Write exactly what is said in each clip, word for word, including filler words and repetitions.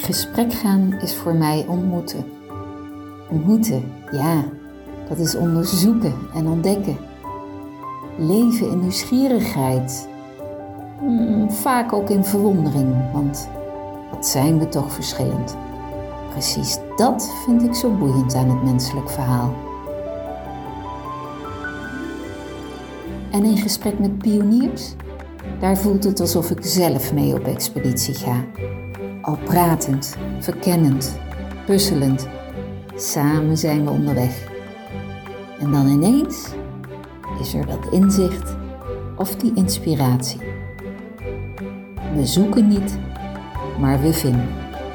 gesprek gaan is voor mij ontmoeten. Ontmoeten, ja, dat is onderzoeken en ontdekken. Leven in nieuwsgierigheid. Hmm, vaak ook in verwondering, want wat zijn we toch verschillend. Precies dat vind ik zo boeiend aan het menselijk verhaal. En in gesprek met pioniers, daar voelt het alsof ik zelf mee op expeditie ga. Al pratend, verkennend, puzzelend, samen zijn we onderweg. En dan ineens is er dat inzicht of die inspiratie. We zoeken niet, maar we vinden.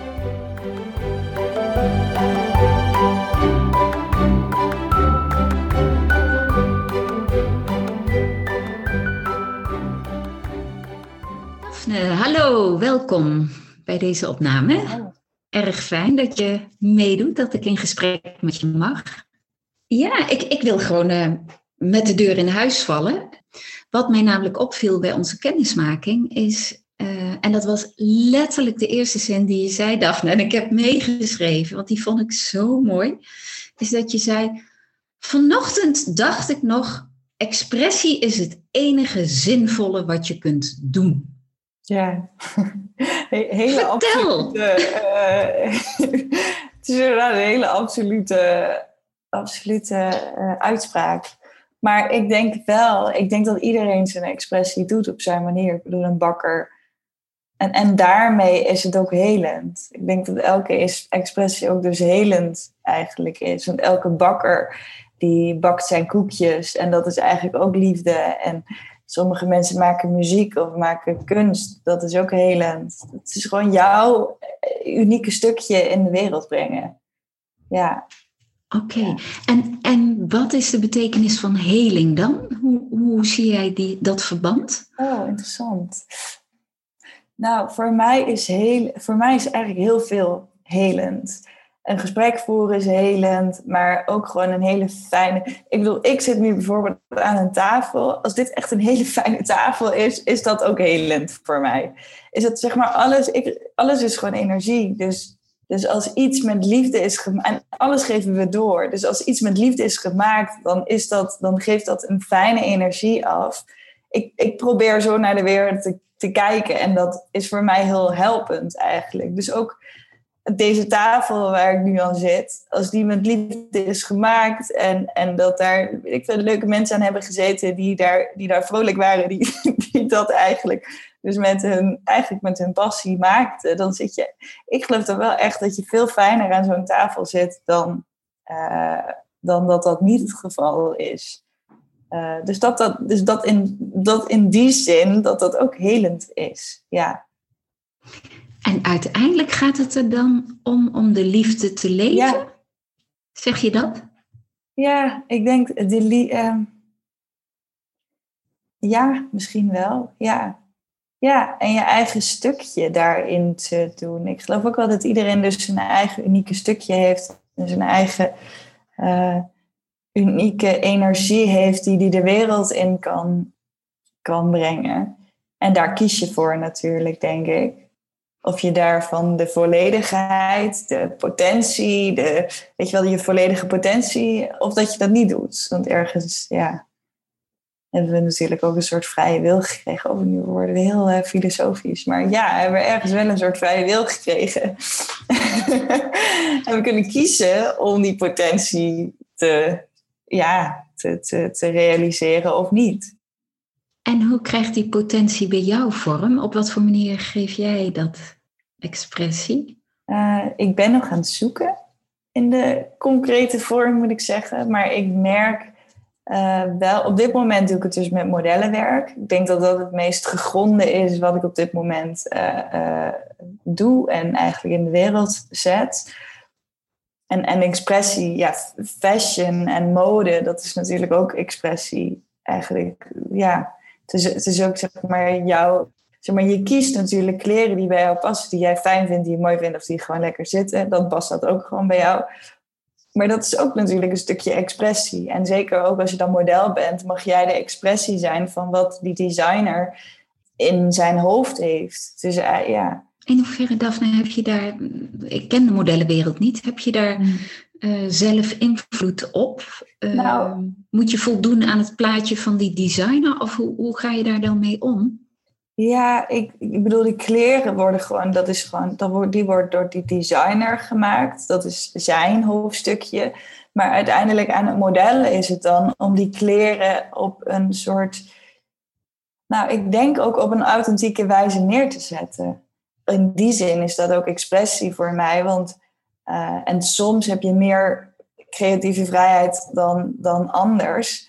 Daphne, hallo, welkom bij deze opname. Hallo. Erg fijn dat je meedoet, dat ik in gesprek met je mag. Ja, ik, ik wil gewoon uh, met de deur in huis vallen. Wat mij namelijk opviel bij onze kennismaking is... Uh, en dat was letterlijk de eerste zin die je zei, Daphne. En ik heb meegeschreven, want die vond ik zo mooi. Is dat je zei... Vanochtend dacht ik nog... Expressie is het enige zinvolle wat je kunt doen. Ja, hele Vertel. absolute... Uh, het is inderdaad een hele absolute, absolute uh, uitspraak. Maar ik denk wel, ik denk dat iedereen zijn expressie doet op zijn manier. Ik bedoel, een bakker. En, en daarmee is het ook helend. Ik denk dat elke is, expressie ook dus helend eigenlijk is. Want elke bakker die bakt zijn koekjes. En dat is eigenlijk ook liefde. En sommige mensen maken muziek of maken kunst. Dat is ook helend. Het is gewoon jouw unieke stukje in de wereld brengen. Ja. Oké, okay. en, en wat is de betekenis van heling dan? Hoe, hoe zie jij die, dat verband? Oh, interessant. Nou, voor mij is, heel, voor mij is eigenlijk heel veel helend. Een gesprek voeren is helend, maar ook gewoon een hele fijne... Ik bedoel, ik zit nu bijvoorbeeld aan een tafel. Als dit echt een hele fijne tafel is, is dat ook helend voor mij. Is het zeg maar alles... Ik, alles is gewoon energie. Dus, dus als iets met liefde is gemaakt... En alles geven we door. Dus als iets met liefde is gemaakt, dan, is dat, dan geeft dat een fijne energie af. Ik, ik probeer zo naar de wereld te, te kijken. En dat is voor mij heel helpend eigenlijk. Dus ook... Deze tafel waar ik nu aan zit, als die met liefde is gemaakt en, en dat daar ik vind, leuke mensen aan hebben gezeten die daar, die daar vrolijk waren, die, die dat eigenlijk dus met hun, eigenlijk met hun passie maakten, dan zit je, ik geloof dan wel echt dat je veel fijner aan zo'n tafel zit dan, uh, dan dat dat niet het geval is. Uh, dus dat, dat, dus dat, in, dat in die zin dat dat ook helend is, ja. En uiteindelijk gaat het er dan om, om de liefde te leven? Ja. Zeg je dat? Ja, ik denk... De li- uh, ja, misschien wel. Ja. Ja, en je eigen stukje daarin te doen. Ik geloof ook wel dat iedereen dus zijn eigen unieke stukje heeft. En zijn eigen uh, unieke energie heeft die die de wereld in kan, kan brengen. En daar kies je voor natuurlijk, denk ik. Of je daarvan de volledigheid, de potentie, de, weet je wel, je volledige potentie, of dat je dat niet doet. Want ergens, ja, hebben we natuurlijk ook een soort vrije wil gekregen. Oh, nu worden we heel uh, filosofisch. Maar ja, hebben we ergens wel een soort vrije wil gekregen. En we kunnen kiezen om die potentie te, ja, te, te, te realiseren of niet. En hoe krijgt die potentie bij jou vorm? Op wat voor manier geef jij dat expressie? Uh, ik ben nog aan het zoeken in de concrete vorm, moet ik zeggen. Maar ik merk uh, wel, op dit moment doe ik het dus met modellenwerk. Ik denk dat dat het meest gegronde is wat ik op dit moment uh, uh, doe en eigenlijk in de wereld zet. En, en expressie, ja, fashion en mode, dat is natuurlijk ook expressie. Eigenlijk, ja... Het is, het is ook, zeg maar, jouw... Zeg maar, je kiest natuurlijk kleren die bij jou passen, die jij fijn vindt, die je mooi vindt of die gewoon lekker zitten. Dan past dat ook gewoon bij jou. Maar dat is ook natuurlijk een stukje expressie. En zeker ook als je dan model bent, mag jij de expressie zijn van wat die designer in zijn hoofd heeft. Dus uh, ja. In hoeverre, Daphne, heb je daar, ik ken de modellenwereld niet, heb je daar mm. uh, zelf invloed op? Uh, nou, moet je voldoen aan het plaatje van die designer of hoe, hoe ga je daar dan mee om? Ja, ik, ik bedoel, die kleren worden gewoon, dat is gewoon, dat wordt, die wordt door die designer gemaakt. Dat is zijn hoofdstukje. Maar uiteindelijk aan het modellen is het dan om die kleren op een soort, nou, ik denk ook op een authentieke wijze neer te zetten. In die zin is dat ook expressie voor mij. Want, uh, en soms heb je meer creatieve vrijheid dan, dan anders.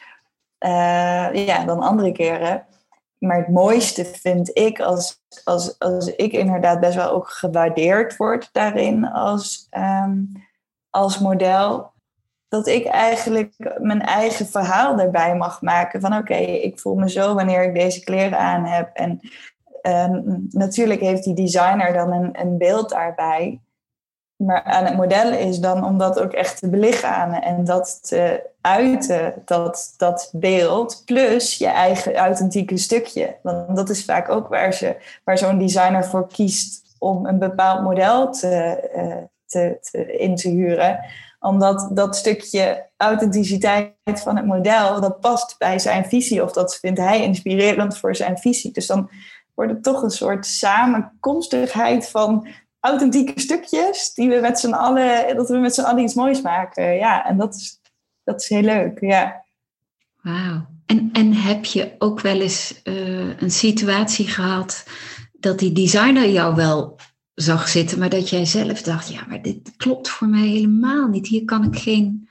Uh, ja, dan andere keren. Maar het mooiste vind ik als, als, als ik inderdaad best wel ook gewaardeerd word daarin als, um, als model. Dat ik eigenlijk mijn eigen verhaal erbij mag maken. Van oké, okay, ik voel me zo wanneer ik deze kleren aan heb. En uh, natuurlijk heeft die designer dan een, een beeld daarbij. Maar aan het modellen is dan om dat ook echt te belichamen. En dat te uiten, dat, dat beeld. Plus je eigen authentieke stukje. Want dat is vaak ook waar, ze, waar zo'n designer voor kiest om een bepaald model te, uh, te, te, in te huren. Omdat dat stukje authenticiteit van het model, dat past bij zijn visie. Of dat vindt hij inspirerend voor zijn visie. Dus dan wordt het toch een soort samenkomstigheid van authentieke stukjes die we met z'n allen, dat we met z'n allen iets moois maken. Ja, en dat is, dat is heel leuk, ja. Wauw. En, en heb je ook wel eens uh, een situatie gehad dat die designer jou wel zag zitten, maar dat jij zelf dacht, ja, maar dit klopt voor mij helemaal niet. Hier kan ik geen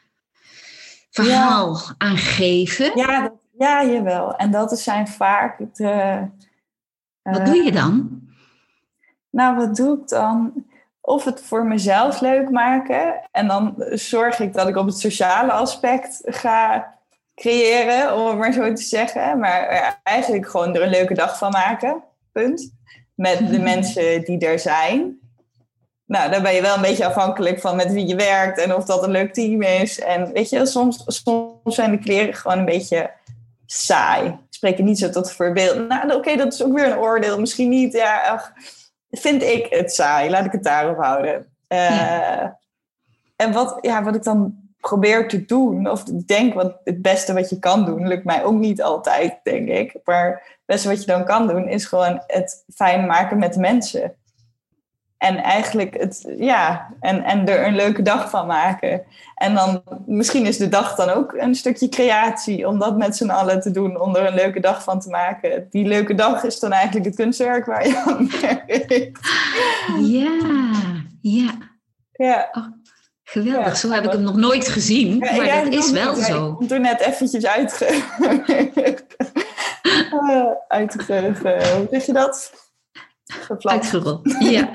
verhaal ja. aan geven. Ja, dat, ja, jawel. En dat zijn vaak het... Uh, Wat uh, doe je dan? Nou, wat doe ik dan? Of het voor mezelf leuk maken. En dan zorg ik dat ik op het sociale aspect ga creëren, om het maar zo te zeggen. Maar eigenlijk gewoon er een leuke dag van maken. Punt. Met de mensen die er zijn. Nou, dan ben je wel een beetje afhankelijk van met wie je werkt en of dat een leuk team is. En weet je, soms, soms zijn de kleren gewoon een beetje saai. Ik spreek er niet zo tot voorbeeld. Nou, oké, okay, dat is ook weer een oordeel. Misschien niet, ja, ach, vind ik het saai. Laat ik het daarop houden. Uh, ja. En wat, ja, wat ik dan probeer te doen, of ik denk wat het beste wat je kan doen, lukt mij ook niet altijd, denk ik. Maar het beste wat je dan kan doen, is gewoon het fijn maken met de mensen. En eigenlijk het, ja, en, en er een leuke dag van maken. En dan, misschien is de dag dan ook een stukje creatie, om dat met z'n allen te doen, om er een leuke dag van te maken. Die leuke dag is dan eigenlijk het kunstwerk waar je aan werkt. Ja, ja. Ja. Oh, geweldig, ja, zo heb ik hem nog nooit gezien, ja, maar dat is wel niet. zo. Ik komt er net eventjes uitge... uh, uitge... Hoe zeg je dat? Gepland. Uitgerold, ja.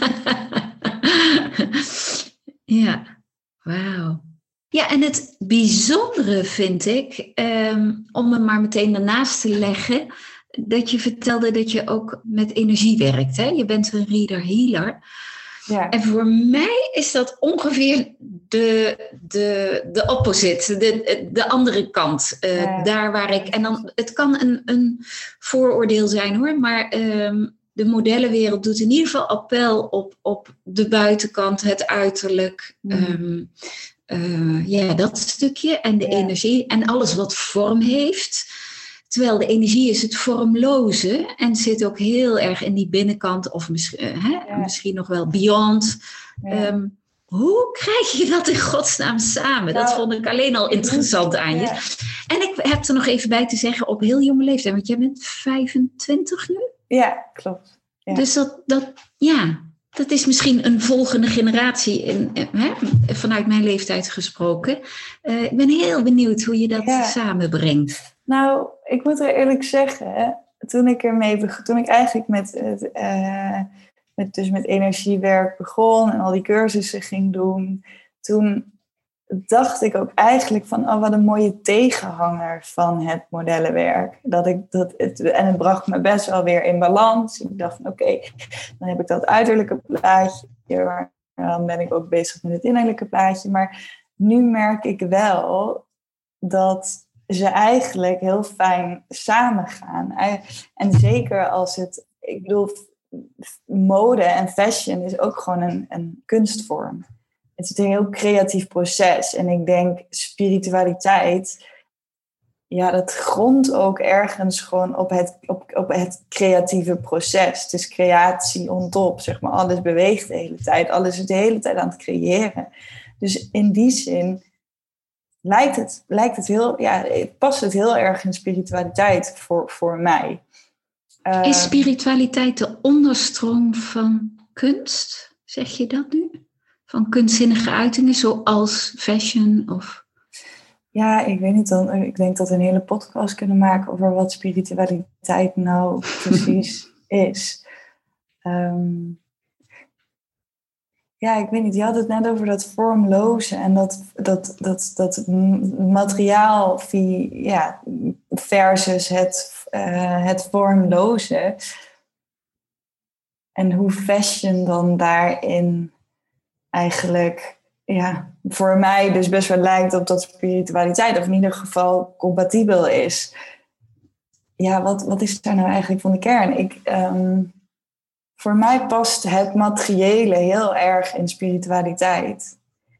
Ja, wauw. Ja, en het bijzondere vind ik, um, om me maar meteen daarnaast te leggen, dat je vertelde dat je ook met energie werkt. Hè? Je bent een reader-healer. Ja. En voor mij is dat ongeveer de, de, de opposite, de, de andere kant. Uh, ja. Daar waar ik, en dan, het kan een, een vooroordeel zijn hoor, maar um, de modellenwereld doet in ieder geval appel op, op de buitenkant, het uiterlijk. Mm. Um, uh, ja, dat stukje en de ja. energie en alles wat vorm heeft. Terwijl de energie is het vormloze en zit ook heel erg in die binnenkant of misschien, uh, hè, ja. misschien nog wel beyond. Ja. Um, hoe krijg je dat in godsnaam samen? Nou, dat vond ik alleen al interessant aan je. Ja. En ik heb er nog even bij te zeggen op heel jonge leeftijd, want jij bent vijfentwintig nu? Ja, klopt. Ja. Dus dat, dat, ja, dat is misschien een volgende generatie in, hè, vanuit mijn leeftijd gesproken. Uh, ik ben heel benieuwd hoe je dat ja. samenbrengt. Nou, ik moet er eerlijk zeggen, toen ik ermee begon, toen ik eigenlijk met, uh, met, dus met energiewerk begon en al die cursussen ging doen, toen dacht ik ook eigenlijk van, oh, wat een mooie tegenhanger van het modellenwerk. Dat ik, dat het, en het bracht me best wel weer in balans. Ik dacht van, oké, okay, dan heb ik dat uiterlijke plaatje, maar dan ben ik ook bezig met het innerlijke plaatje. Maar nu merk ik wel dat ze eigenlijk heel fijn samengaan. En zeker als het, ik bedoel, mode en fashion is ook gewoon een, een kunstvorm. Het is een heel creatief proces. En ik denk spiritualiteit, ja, dat grondt ook ergens gewoon op het, op, op het creatieve proces. Het is creatie on top, zeg maar. Alles beweegt de hele tijd. Alles is de hele tijd aan het creëren. Dus in die zin lijkt het, lijkt het heel, ja, past het heel erg in spiritualiteit voor, voor mij. Uh, is spiritualiteit de onderstroom van kunst? Zeg je dat nu? Van kunstzinnige uitingen zoals fashion of... Ja, ik weet niet dan. Ik denk dat we een hele podcast kunnen maken over wat spiritualiteit nou precies is. Um, ja, ik weet niet. Je had het net over dat vormloze en dat, dat, dat, dat materiaal ja, versus het, uh, het vormloze. En hoe fashion dan daarin eigenlijk... ja, voor mij dus best wel lijkt op dat spiritualiteit, of in ieder geval compatibel is. Ja, wat, wat is daar nou eigenlijk van de kern? Ik, um, voor mij past het materiële heel erg in spiritualiteit.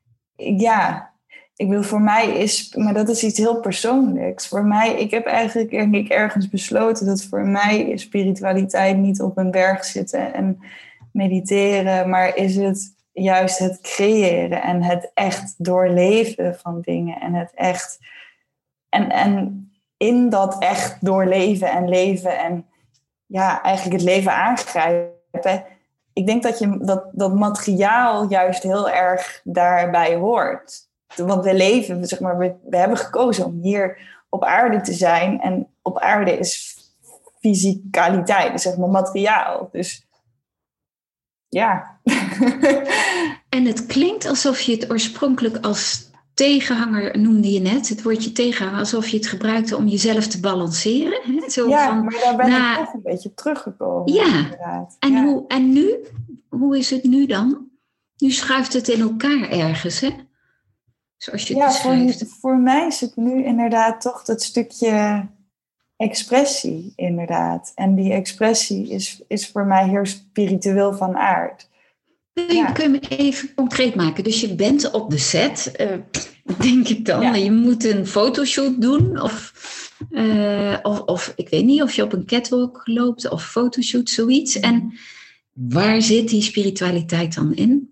Ja, ik wil voor mij is, maar dat is iets heel persoonlijks. Voor mij, ik heb eigenlijk denk ik, ergens besloten dat voor mij spiritualiteit niet op een berg zitten en mediteren, maar is het juist het creëren en het echt doorleven van dingen. En het echt... En, en in dat echt doorleven en leven en ja, eigenlijk het leven aangrijpen. Ik denk dat je, dat, dat materiaal juist heel erg daarbij hoort. Want we leven, zeg maar, we, we hebben gekozen om hier op aarde te zijn. En op aarde is fysicaliteit, dus zeg maar materiaal. Dus ja. En het klinkt alsof je het oorspronkelijk als tegenhanger noemde je net. Het woordje tegenhanger, alsof je het gebruikte om jezelf te balanceren. Hè? Zo ja, van, maar daar ben na... ik toch een beetje teruggekomen. Ja, inderdaad. en, ja. Hoe, en nu? Hoe is het nu dan? Nu schuift het in elkaar ergens, hè? Zoals je het ja, beschrijft. voor, voor mij is het nu inderdaad toch dat stukje expressie, inderdaad. En die expressie is, is voor mij heel spiritueel van aard. Kun je, ja. kun je me even concreet maken? Dus je bent op de set, uh, denk ik dan. Ja. Je moet een fotoshoot doen. Of, uh, of, of ik weet niet of je op een catwalk loopt of fotoshoot, zoiets. Mm. En waar zit die spiritualiteit dan in?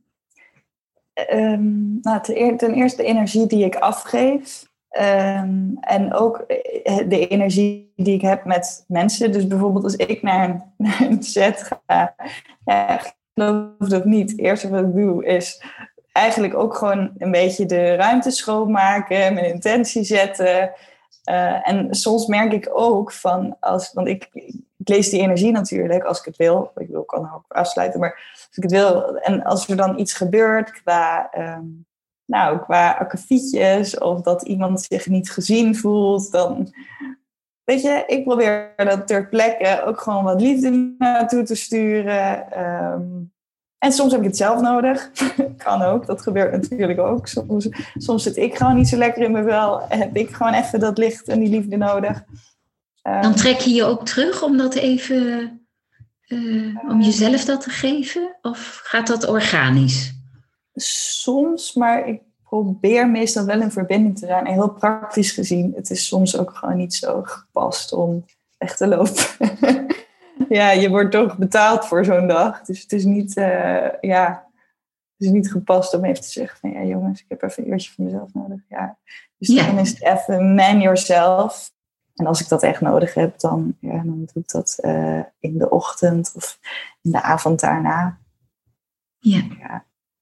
Um, nou, ten, ten eerste de energie die ik afgeef. Um, en ook de energie die ik heb met mensen. Dus bijvoorbeeld als ik naar een, naar een set ga... Ja, geloof het of niet. Het eerste wat ik doe is eigenlijk ook gewoon een beetje de ruimte schoonmaken, mijn intentie zetten. Uh, en soms merk ik ook van, als, want ik, ik lees die energie natuurlijk als ik het wil. Ik wil, kan ook afsluiten, maar als ik het wil. En als er dan iets gebeurt qua, um, nou, qua akkefietjes of dat iemand zich niet gezien voelt, dan... Weet je, ik probeer dat ter plekke ook gewoon wat liefde naartoe te sturen. Um, en soms heb ik het zelf nodig. Kan ook, dat gebeurt natuurlijk ook. Soms, soms zit ik gewoon niet zo lekker in mijn vel. En heb ik gewoon even dat licht en die liefde nodig. Um, Dan trek je je ook terug om dat even... Uh, om jezelf dat te geven? Of gaat dat organisch? Soms, maar ik probeer meestal wel in verbinding te zijn. En heel praktisch gezien, het is soms ook gewoon niet zo gepast om weg te lopen. Ja, je wordt toch betaald voor zo'n dag. Dus het is niet, uh, ja, het is niet gepast om even te zeggen van ja jongens, ik heb even een uurtje voor mezelf nodig. Ja. Dus ja. Dan is het even man yourself. En als ik dat echt nodig heb, dan, ja, dan doe ik dat uh, in de ochtend of in de avond daarna. Ja. Ja.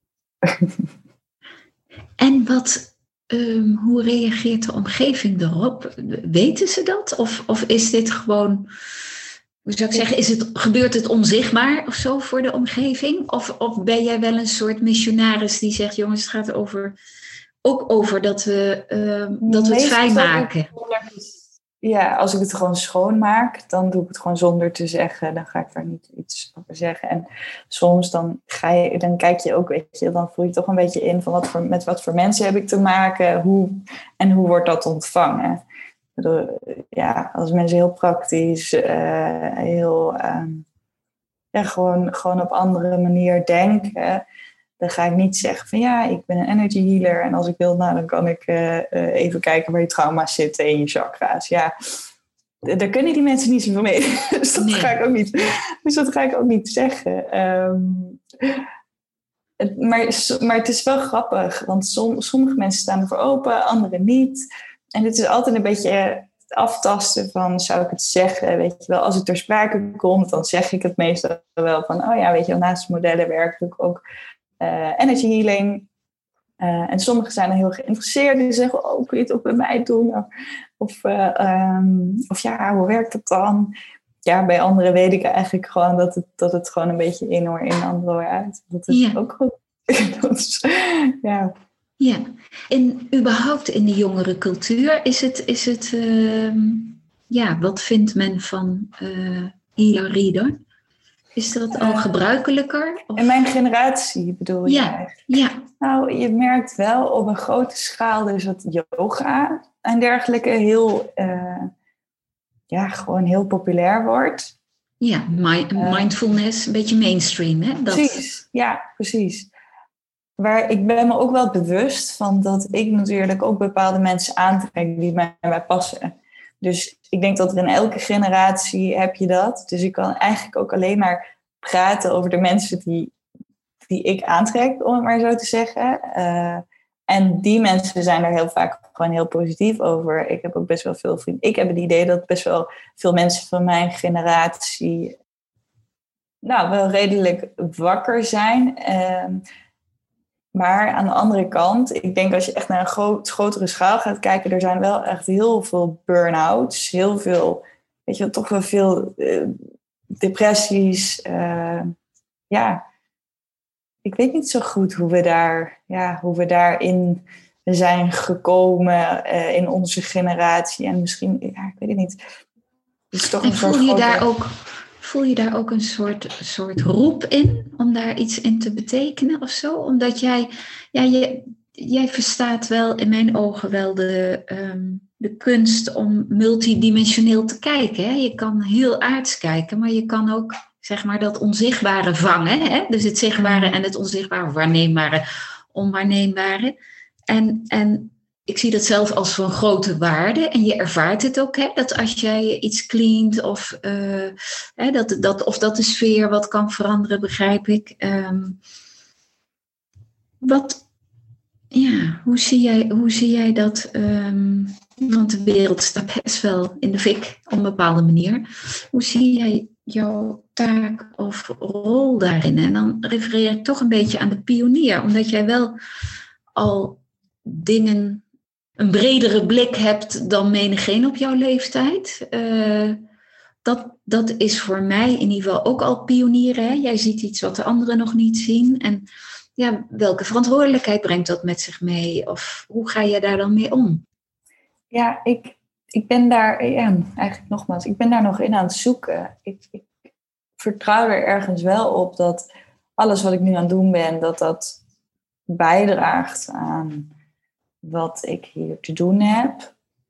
En wat, um, hoe reageert de omgeving erop? Weten ze dat? Of, of is dit gewoon, hoe zou ik zeggen, is het, gebeurt het onzichtbaar of zo voor de omgeving? Of, of ben jij wel een soort missionaris die zegt, jongens, het gaat over, ook over dat we, uh, dat we het fijn maken? Ja, als ik het gewoon schoonmaak, dan doe ik het gewoon zonder te zeggen. Dan ga ik daar niet iets over zeggen. En soms dan, ga je, dan kijk je ook, weet je, dan voel je toch een beetje in van wat voor, met wat voor mensen heb ik te maken. Hoe, en hoe wordt dat ontvangen? Ja, als mensen heel praktisch, uh, heel, um, ja, gewoon, gewoon op andere manier denken. Dan ga ik niet zeggen van ja, ik ben een energy healer. En als ik wil, nou, dan kan ik uh, uh, even kijken waar je trauma's zitten in je chakra's. Ja, daar kunnen die mensen niet zoveel mee. Dus dat, nee. ga ik ook niet, dus dat ga ik ook niet zeggen. Um, het, maar, maar het is wel grappig. Want som, sommige mensen staan ervoor open, anderen niet. En het is altijd een beetje aftasten van, zou ik het zeggen? Weet je wel, als het ter sprake komt, dan zeg ik het meestal wel van, oh ja, weet je wel, naast modellen werk ik ook uh, energy healing. Uh, en sommigen zijn er heel geïnteresseerd. Die zeggen, oh, kun je het ook bij mij doen? Of, of, uh, um, of ja, hoe werkt dat dan? Ja, bij anderen weet ik eigenlijk gewoon dat het, dat het gewoon een beetje in hoor, in, ander hoor uit. Dat is ja. ook goed. dat is, ja. Ja, en überhaupt in de jongere cultuur is het, is het uh, ja, wat vindt men van uh, healer reader? Is dat al uh, gebruikelijker? Of? In mijn generatie bedoel je ja, eigenlijk? Ja. Nou, je merkt wel op een grote schaal dus dat yoga en dergelijke heel, uh, ja, gewoon heel populair wordt. Ja, mi- mindfulness, uh, een beetje mainstream, hè? Dat... Precies, ja, precies. Maar ik ben me ook wel bewust van dat ik natuurlijk ook bepaalde mensen aantrek die mij, mij passen. Dus ik denk dat er in elke generatie heb je dat. Dus ik kan eigenlijk ook alleen maar praten over de mensen die, die ik aantrek, om het maar zo te zeggen. Uh, en die mensen zijn er heel vaak gewoon heel positief over. Ik heb ook best wel veel vrienden. Ik heb het idee dat best wel veel mensen van mijn generatie nou, wel redelijk wakker zijn. Uh, Maar aan de andere kant, ik denk als je echt naar een groot, grotere schaal gaat kijken, er zijn wel echt heel veel burn-outs, heel veel, weet je, toch wel veel uh, depressies. Uh, ja, ik weet niet zo goed hoe we daar, ja, hoe we daarin zijn gekomen uh, in onze generatie. En misschien, ja, ik weet het niet. Het is toch en een voel soort je grote... daar ook... Voel je daar ook een soort, soort roep in om daar iets in te betekenen of zo? Omdat jij, ja, je, jij verstaat wel in mijn ogen wel de, um, de kunst om multidimensioneel te kijken. Hè? Je kan heel aards kijken, maar je kan ook zeg maar dat onzichtbare vangen. Hè? Dus het zichtbare en het onzichtbare, waarneembare, onwaarneembare. En, en ik zie dat zelf als zo'n grote waarde. En je ervaart het ook, hè, dat als jij iets cleant of, uh, hè, dat, dat, of dat de sfeer wat kan veranderen, begrijp ik. Um, wat, ja, hoe zie jij, hoe zie jij dat? Um, want de wereld staat best wel in de fik op een bepaalde manier. Hoe zie jij jouw taak of rol daarin? En dan refereer ik toch een beetje aan de pionier, omdat jij wel al dingen... een bredere blik hebt dan menigeen op jouw leeftijd. Uh, dat, dat is voor mij in ieder geval ook al pionieren. Hè? Jij ziet iets wat de anderen nog niet zien. En ja, welke verantwoordelijkheid brengt dat met zich mee? Of hoe ga je daar dan mee om? Ja, ik, ik ben daar, ja, eigenlijk nogmaals, ik ben daar nog in aan het zoeken. Ik, ik vertrouw er ergens wel op dat alles wat ik nu aan het doen ben, dat dat bijdraagt aan wat ik hier te doen heb.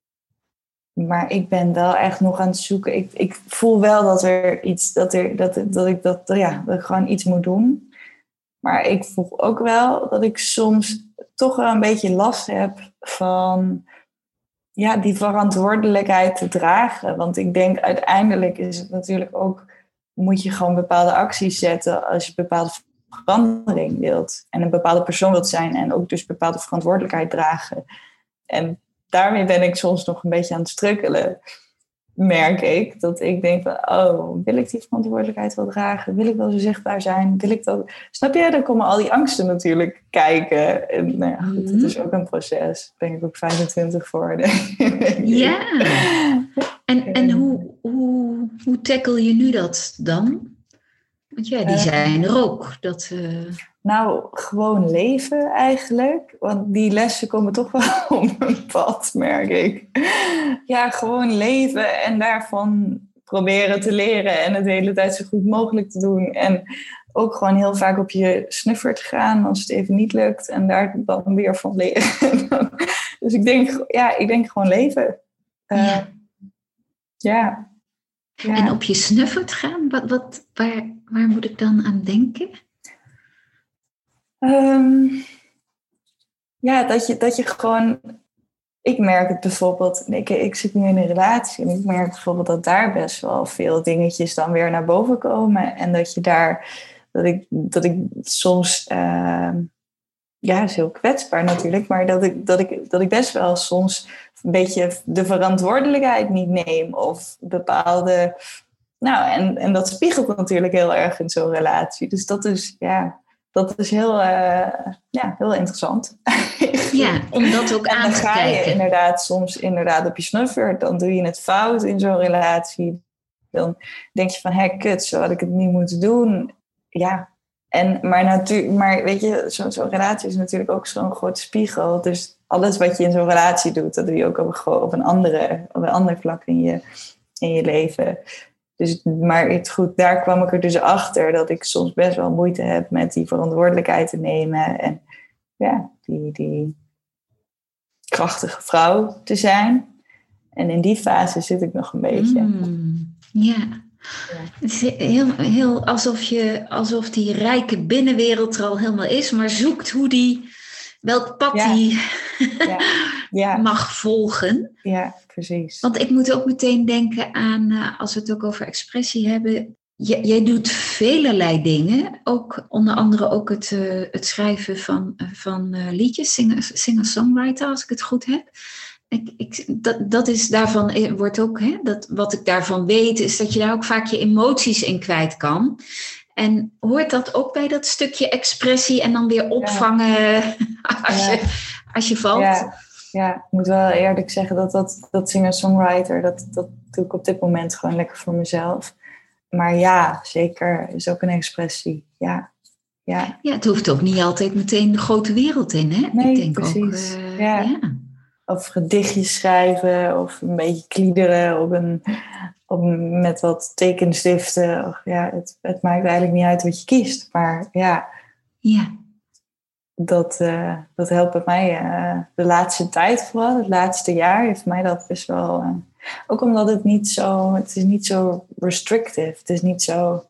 Maar ik ben wel echt nog aan het zoeken. Ik, ik voel wel dat er iets, dat, er, dat, dat, ik dat, ja, dat ik gewoon iets moet doen. Maar ik voel ook wel dat ik soms toch wel een beetje last heb van ja, die verantwoordelijkheid te dragen. Want ik denk uiteindelijk is het natuurlijk ook, moet je gewoon bepaalde acties zetten als je bepaalde verandering wilt. En een bepaalde persoon wilt zijn en ook dus bepaalde verantwoordelijkheid dragen. En daarmee ben ik soms nog een beetje aan het strukkelen. Merk ik dat ik denk van, oh, wil ik die verantwoordelijkheid wel dragen? Wil ik wel zo zichtbaar zijn? Wil ik dat? Snap je? Dan komen al die angsten natuurlijk kijken. En nou ja, goed, mm-hmm. Het is ook een proces. Daar ben ik ook vijfentwintig voor. Ja. En, en hoe, hoe, hoe tackle je nu dat dan? Want ja, die zijn er ook. Dat, uh... Nou, gewoon leven eigenlijk. Want die lessen komen toch wel op mijn pad, merk ik. Ja, gewoon leven en daarvan proberen te leren. En het de hele tijd zo goed mogelijk te doen. En ook gewoon heel vaak op je snuffer te gaan als het even niet lukt. En daar dan weer van leren. Dus ik denk, ja, ik denk gewoon leven. Uh, ja. ja. Ja. En op je snuffer te gaan? Wat, wat, waar... waar moet ik dan aan denken? Um, ja, dat je, dat je gewoon... Ik merk het bijvoorbeeld... Ik, ik zit nu in een relatie en ik merk bijvoorbeeld dat daar best wel veel dingetjes dan weer naar boven komen. En dat je daar... Dat ik, dat ik soms... Uh, ja, is heel kwetsbaar natuurlijk. Maar dat ik, dat, ik, dat ik best wel soms een beetje de verantwoordelijkheid niet neem. Of bepaalde... Nou, en, en dat spiegelt natuurlijk heel erg in zo'n relatie. Dus dat is... ja. Dat is heel, uh, ja, heel interessant. Ja, om dat ook aan te kijken. En dan ga je inderdaad soms inderdaad op je snuffer. Dan doe je het fout in zo'n relatie. Dan denk je van, hé, kut, zo had ik het niet moeten doen. Ja, en, maar, natu- maar weet je, zo, zo'n relatie is natuurlijk ook zo'n grote spiegel. Dus alles wat je in zo'n relatie doet, dat doe je ook op een, op een, andere, op een ander vlak in je, in je leven. Dus, maar het goed, daar kwam ik er dus achter dat ik soms best wel moeite heb met die verantwoordelijkheid te nemen. En ja, die, die krachtige vrouw te zijn. En in die fase zit ik nog een beetje. Mm, ja. ja, het is heel, heel alsof, je, alsof die rijke binnenwereld er al helemaal is, maar zoekt hoe die, welk pad ja. die ja. Ja. mag volgen. Ja, precies. Want ik moet ook meteen denken aan, uh, als we het ook over expressie hebben. J- jij doet velelei dingen. Ook, onder andere ook het, uh, het schrijven van, uh, van uh, liedjes. Singer, singer-songwriter, als ik het goed heb. Ik, ik, dat, dat is daarvan, wordt ook, hè, dat, wat ik daarvan weet, is dat je daar ook vaak je emoties in kwijt kan. En hoort dat ook bij dat stukje expressie en dan weer opvangen ja. als, ja. je, als je valt? Ja. Ja, ik moet wel eerlijk zeggen dat dat, dat singer-songwriter, dat, dat doe ik op dit moment gewoon lekker voor mezelf. Maar ja, zeker, is ook een expressie. Ja, ja. ja het hoeft ook niet altijd meteen de grote wereld in, hè? Nee, ik denk precies. Ook, uh, ja. Ja. Of gedichtjes schrijven, of een beetje kliederen op een, op een, met wat tekenstiften. Of, ja, het, het maakt eigenlijk niet uit wat je kiest. Maar ja... Ja. Dat, uh, dat helpt bij mij uh, de laatste tijd vooral, het laatste jaar heeft mij dat best wel... Uh, ook omdat het niet zo, het is niet zo restrictive, het is niet zo,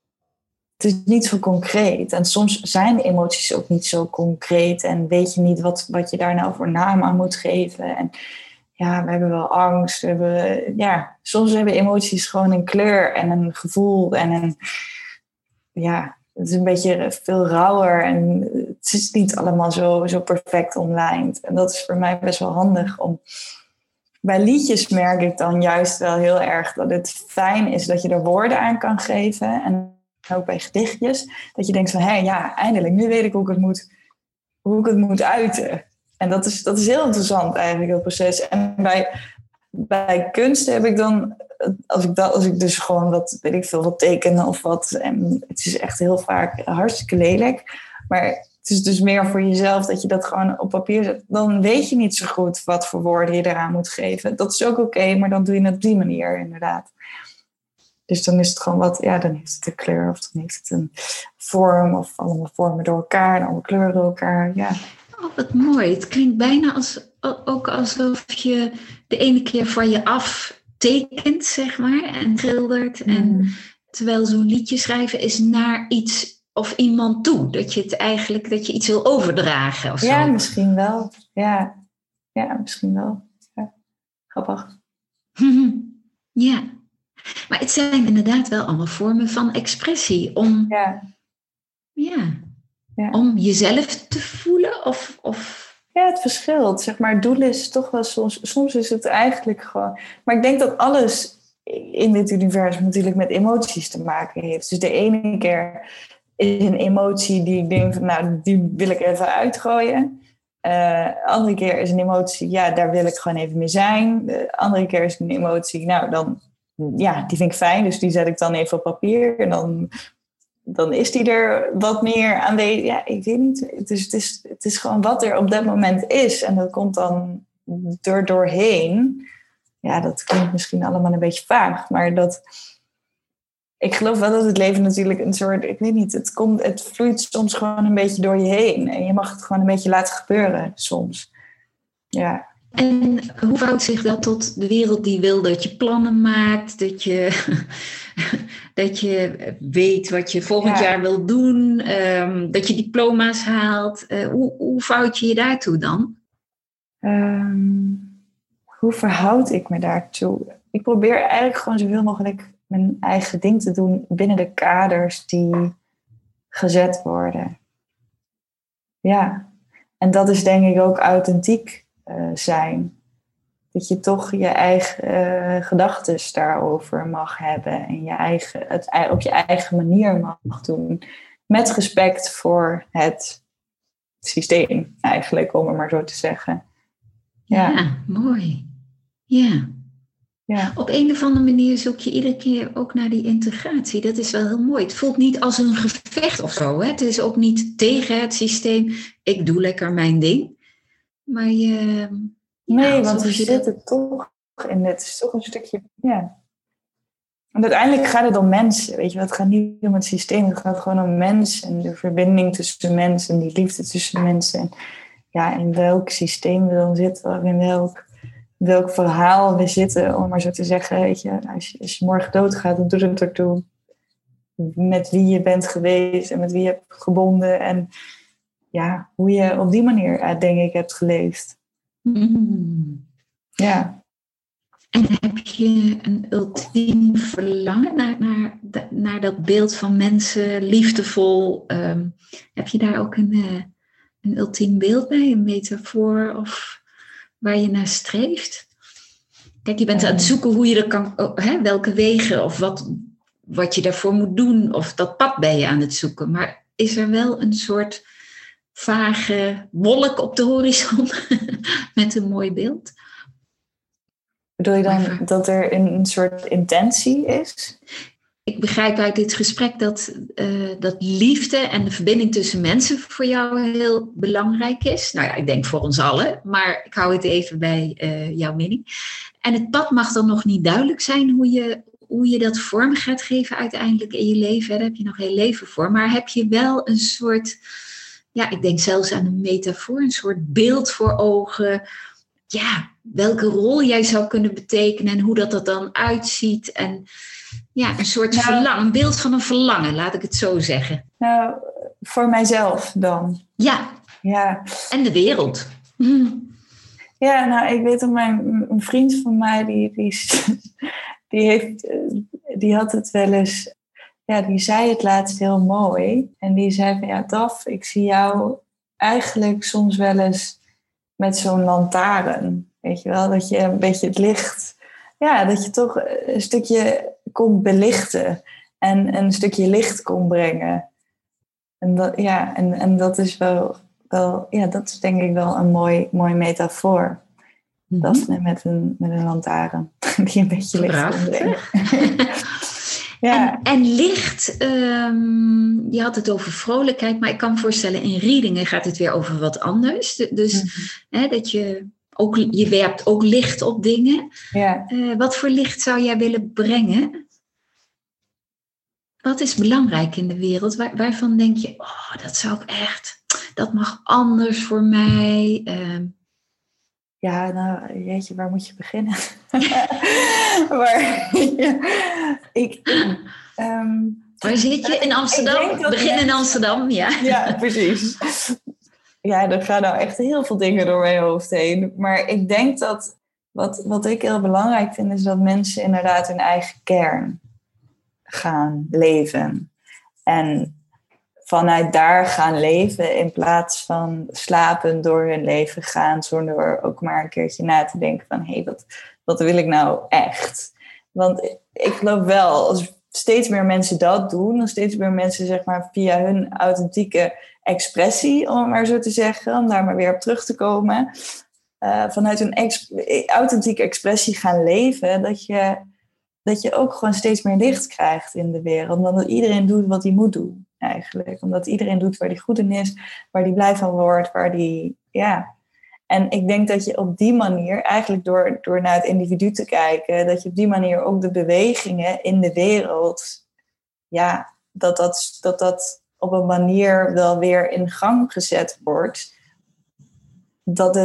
het is niet zo concreet. En soms zijn emoties ook niet zo concreet en weet je niet wat, wat je daar nou voor naam aan moet geven. En ja, we hebben wel angst, we hebben, ja, soms hebben emoties gewoon een kleur en een gevoel en een, ja... Het is een beetje veel rauwer en het is niet allemaal zo, zo perfect omlijnd. En dat is voor mij best wel handig. Om... Bij liedjes merk ik dan juist wel heel erg dat het fijn is dat je er woorden aan kan geven. En ook bij gedichtjes. Dat je denkt van, hé, hey, ja, eindelijk, nu weet ik hoe ik het moet, hoe ik het moet uiten. En dat is, dat is heel interessant eigenlijk, dat proces. En bij, bij kunst heb ik dan... Als ik, dat, als ik dus gewoon wat, weet ik veel, wat teken of wat. En het is echt heel vaak hartstikke lelijk. Maar het is dus meer voor jezelf dat je dat gewoon op papier zet. Dan weet je niet zo goed wat voor woorden je eraan moet geven. Dat is ook oké, okay, maar dan doe je het op die manier inderdaad. Dus dan is het gewoon wat, ja, dan heeft het een kleur of dan heeft het een vorm. Of allemaal vormen door elkaar en allemaal kleuren door elkaar, ja. Oh, wat mooi. Het klinkt bijna als, ook alsof je de ene keer van je af... tekent, zeg maar, en schildert. Mm. En terwijl zo'n liedje schrijven is naar iets of iemand toe. Dat je het eigenlijk, dat je iets wil overdragen of zo. Ja, misschien wel. Ja, ja misschien wel. Ja. Grappig. Ja. Maar het zijn inderdaad wel allemaal vormen van expressie. Om, ja. Ja, ja. Om jezelf te voelen of... of Ja, het verschilt. Zeg maar, doel is toch wel soms... Soms is het eigenlijk gewoon... Maar ik denk dat alles in dit universum natuurlijk met emoties te maken heeft. Dus de ene keer is een emotie die ik denk van... Nou, die wil ik even uitgooien. Uh, de andere keer is een emotie... Ja, daar wil ik gewoon even mee zijn. De andere keer is een emotie... Nou, dan... Ja, die vind ik fijn. Dus die zet ik dan even op papier. En dan... dan is die er wat meer aanwezig. Ja, ik weet niet. Het is, het, is, het is gewoon wat er op dat moment is. En dat komt dan er doorheen. Ja, dat klinkt misschien allemaal een beetje vaag. Maar dat... Ik geloof wel dat het leven natuurlijk een soort... Ik weet niet, het, komt, het vloeit soms gewoon een beetje door je heen. En je mag het gewoon een beetje laten gebeuren soms. Ja. En hoe verhoudt zich dat tot de wereld die wil dat je plannen maakt, dat je, dat je weet wat je volgend Ja. jaar wil doen, um, dat je diploma's haalt? Uh, hoe, hoe verhoud je je daartoe dan? Um, hoe verhoud ik me daartoe? Ik probeer eigenlijk gewoon zoveel mogelijk mijn eigen ding te doen binnen de kaders die gezet worden. Ja, en dat is denk ik ook authentiek uh, zijn. Dat je toch je eigen uh, gedachten daarover mag hebben. En je eigen, het op je eigen manier mag doen. Met respect voor het systeem eigenlijk, om het maar zo te zeggen. Ja, ja mooi. Ja. Ja. Op een of andere manier zoek je iedere keer ook naar die integratie. Dat is wel heel mooi. Het voelt niet als een gevecht of zo. Hè? Het is ook niet tegen het systeem. Ik doe lekker mijn ding. Maar je... Nee, ja, want we zitten dat... toch in dit. Het is toch een stukje... Ja. En uiteindelijk gaat het om mensen. Weet je, het gaat niet om het systeem. Het gaat gewoon om mensen. En de verbinding tussen de mensen. En die liefde tussen de mensen. En ja, in welk systeem we dan zitten. Of in welk... welk verhaal we zitten, om maar zo te zeggen. Weet je, als, je, als je morgen doodgaat, dan doet het ertoe met wie je bent geweest en met wie je hebt gebonden. En ja, hoe je op die manier, denk ik, hebt geleefd. Mm. Ja. En heb je een ultiem verlangen naar, naar, naar dat beeld van mensen, liefdevol? Um, heb je daar ook een, uh, een ultiem beeld bij, een metafoor of... waar je naar streeft? Kijk, je bent aan het zoeken hoe je dat kan, hè, welke wegen of wat, wat je daarvoor moet doen, of dat pad ben je aan het zoeken. Maar is er wel een soort vage wolk op de horizon met een mooi beeld? Bedoel je dan maar, dat er een soort intentie is? Ik begrijp uit dit gesprek dat, uh, dat liefde en de verbinding tussen mensen voor jou heel belangrijk is. Nou ja, ik denk voor ons allen, maar ik hou het even bij uh, jouw mening. En het pad mag dan nog niet duidelijk zijn hoe je, hoe je dat vorm gaat geven uiteindelijk in je leven. Daar heb je nog heel leven voor. Maar heb je wel een soort, ja, ik denk zelfs aan een metafoor, een soort beeld voor ogen. Ja, welke rol jij zou kunnen betekenen en hoe dat er dan uitziet en... Ja, een soort nou, verlangen, een beeld van een verlangen, laat ik het zo zeggen. Nou, voor mijzelf dan. Ja, ja. En de wereld. Mm. Ja, nou, ik weet dat mijn een vriend van mij, die, die, die, heeft, die had het wel eens... Ja, die zei het laatst heel mooi. En die zei van, ja, Daf, ik zie jou eigenlijk soms wel eens met zo'n lantaarn. Weet je wel, dat je een beetje het licht... Ja, dat je toch een stukje kon belichten en een stukje licht kon brengen. En dat, ja, en, en dat is wel, wel, ja, dat is denk ik wel een mooi, mooi metafoor. Mm-hmm. Dat met een, met een lantaarn die een beetje licht kon brengen. Ja. En, en licht, um, je had het over vrolijkheid, maar ik kan me voorstellen, in readingen gaat het weer over wat anders. Dus mm-hmm. hè, dat je... Ook, je werpt ook licht op dingen. Ja. Uh, wat voor licht zou jij willen brengen? Wat is belangrijk in de wereld? Waar, waarvan denk je, oh, dat zou ik echt, dat mag anders voor mij. Uh, ja, nou, jeetje, waar moet je beginnen? maar, ja, ik... Um, waar zit je? In Amsterdam? Begin in Amsterdam, ja. Ja, precies. Ja, er gaan nou echt heel veel dingen door mijn hoofd heen. Maar ik denk dat wat, wat ik heel belangrijk vind... is dat mensen inderdaad hun eigen kern gaan leven. En vanuit daar gaan leven... in plaats van slapen door hun leven gaan... zonder ook maar een keertje na te denken van... hé, hey, wat, wat wil ik nou echt? Want ik geloof wel, als steeds meer mensen dat doen... als steeds meer mensen zeg maar via hun authentieke... expressie, om het maar zo te zeggen, om daar maar weer op terug te komen, uh, vanuit een ex- authentieke expressie gaan leven, dat je, dat je ook gewoon steeds meer licht krijgt in de wereld. Omdat iedereen doet wat hij moet doen, eigenlijk. Omdat iedereen doet waar hij goed in is, waar hij blij van wordt, waar hij, ja. En ik denk dat je op die manier, eigenlijk door, door naar het individu te kijken, dat je op die manier ook de bewegingen in de wereld, ja, dat dat, dat, dat op een manier wel weer in gang gezet wordt, dat het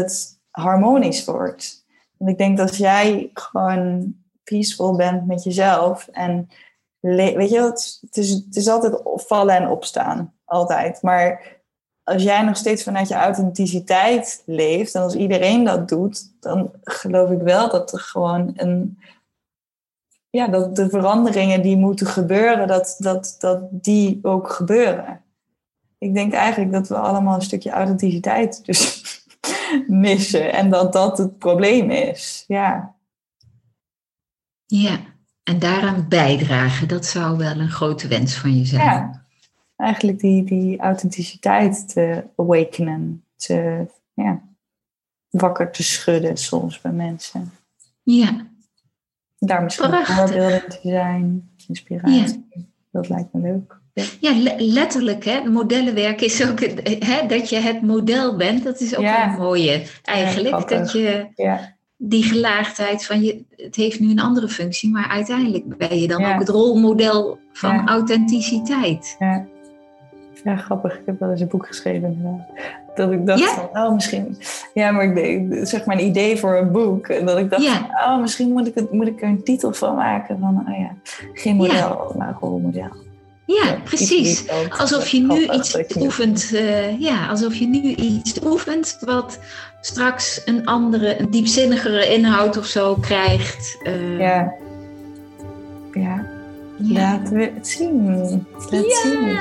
harmonisch wordt. Want ik denk dat als jij gewoon peaceful bent met jezelf en le- weet je wat, het is, het is altijd vallen en opstaan, altijd. Maar als jij nog steeds vanuit je authenticiteit leeft en als iedereen dat doet, dan geloof ik wel dat er gewoon een, ja, dat de veranderingen die moeten gebeuren, dat, dat, dat die ook gebeuren. Ik denk eigenlijk dat we allemaal een stukje authenticiteit dus missen en dat dat het probleem is. Ja. Ja, en daaraan bijdragen, dat zou wel een grote wens van je zijn. Ja, eigenlijk die, die authenticiteit te awakenen, te, ja, wakker te schudden soms bij mensen. Ja. Daar misschien een voorbeeld in te zijn, inspiratie. Ja. Dat lijkt me leuk. Ja, ja le- letterlijk, hè. Modellenwerk is ook, hè, dat je het model bent, dat is ook ja. een mooie eigenlijk. Ja, dat je ja. die gelaagdheid van je, het heeft nu een andere functie, maar uiteindelijk ben je dan ja. ook het rolmodel van ja. authenticiteit. Ja. ja, grappig. Ik heb wel eens een boek geschreven inderdaad. Dat ik dacht ja? van, oh misschien, ja, maar ik deed, zeg maar een idee voor een boek. En dat ik dacht ja. van, oh misschien moet ik, het, moet ik er een titel van maken van, oh ja, geen model, ja. maar rolmodel. Ja, ja, precies. Alsof je nu iets oefent, uh, ja, alsof je nu iets oefent wat straks een andere, een diepzinnigere inhoud of zo krijgt. Uh, ja. ja. Ja. Laten we het zien. Laten ja. zien.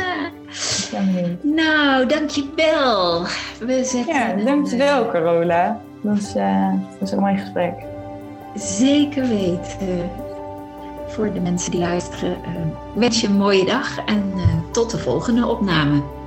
Nou, dankjewel. We zetten ja, dankjewel een, Carola. Dat was, uh, dat was een mooi gesprek. Zeker weten. Voor de mensen die luisteren, uh, wens je een mooie dag en uh, tot de volgende opname.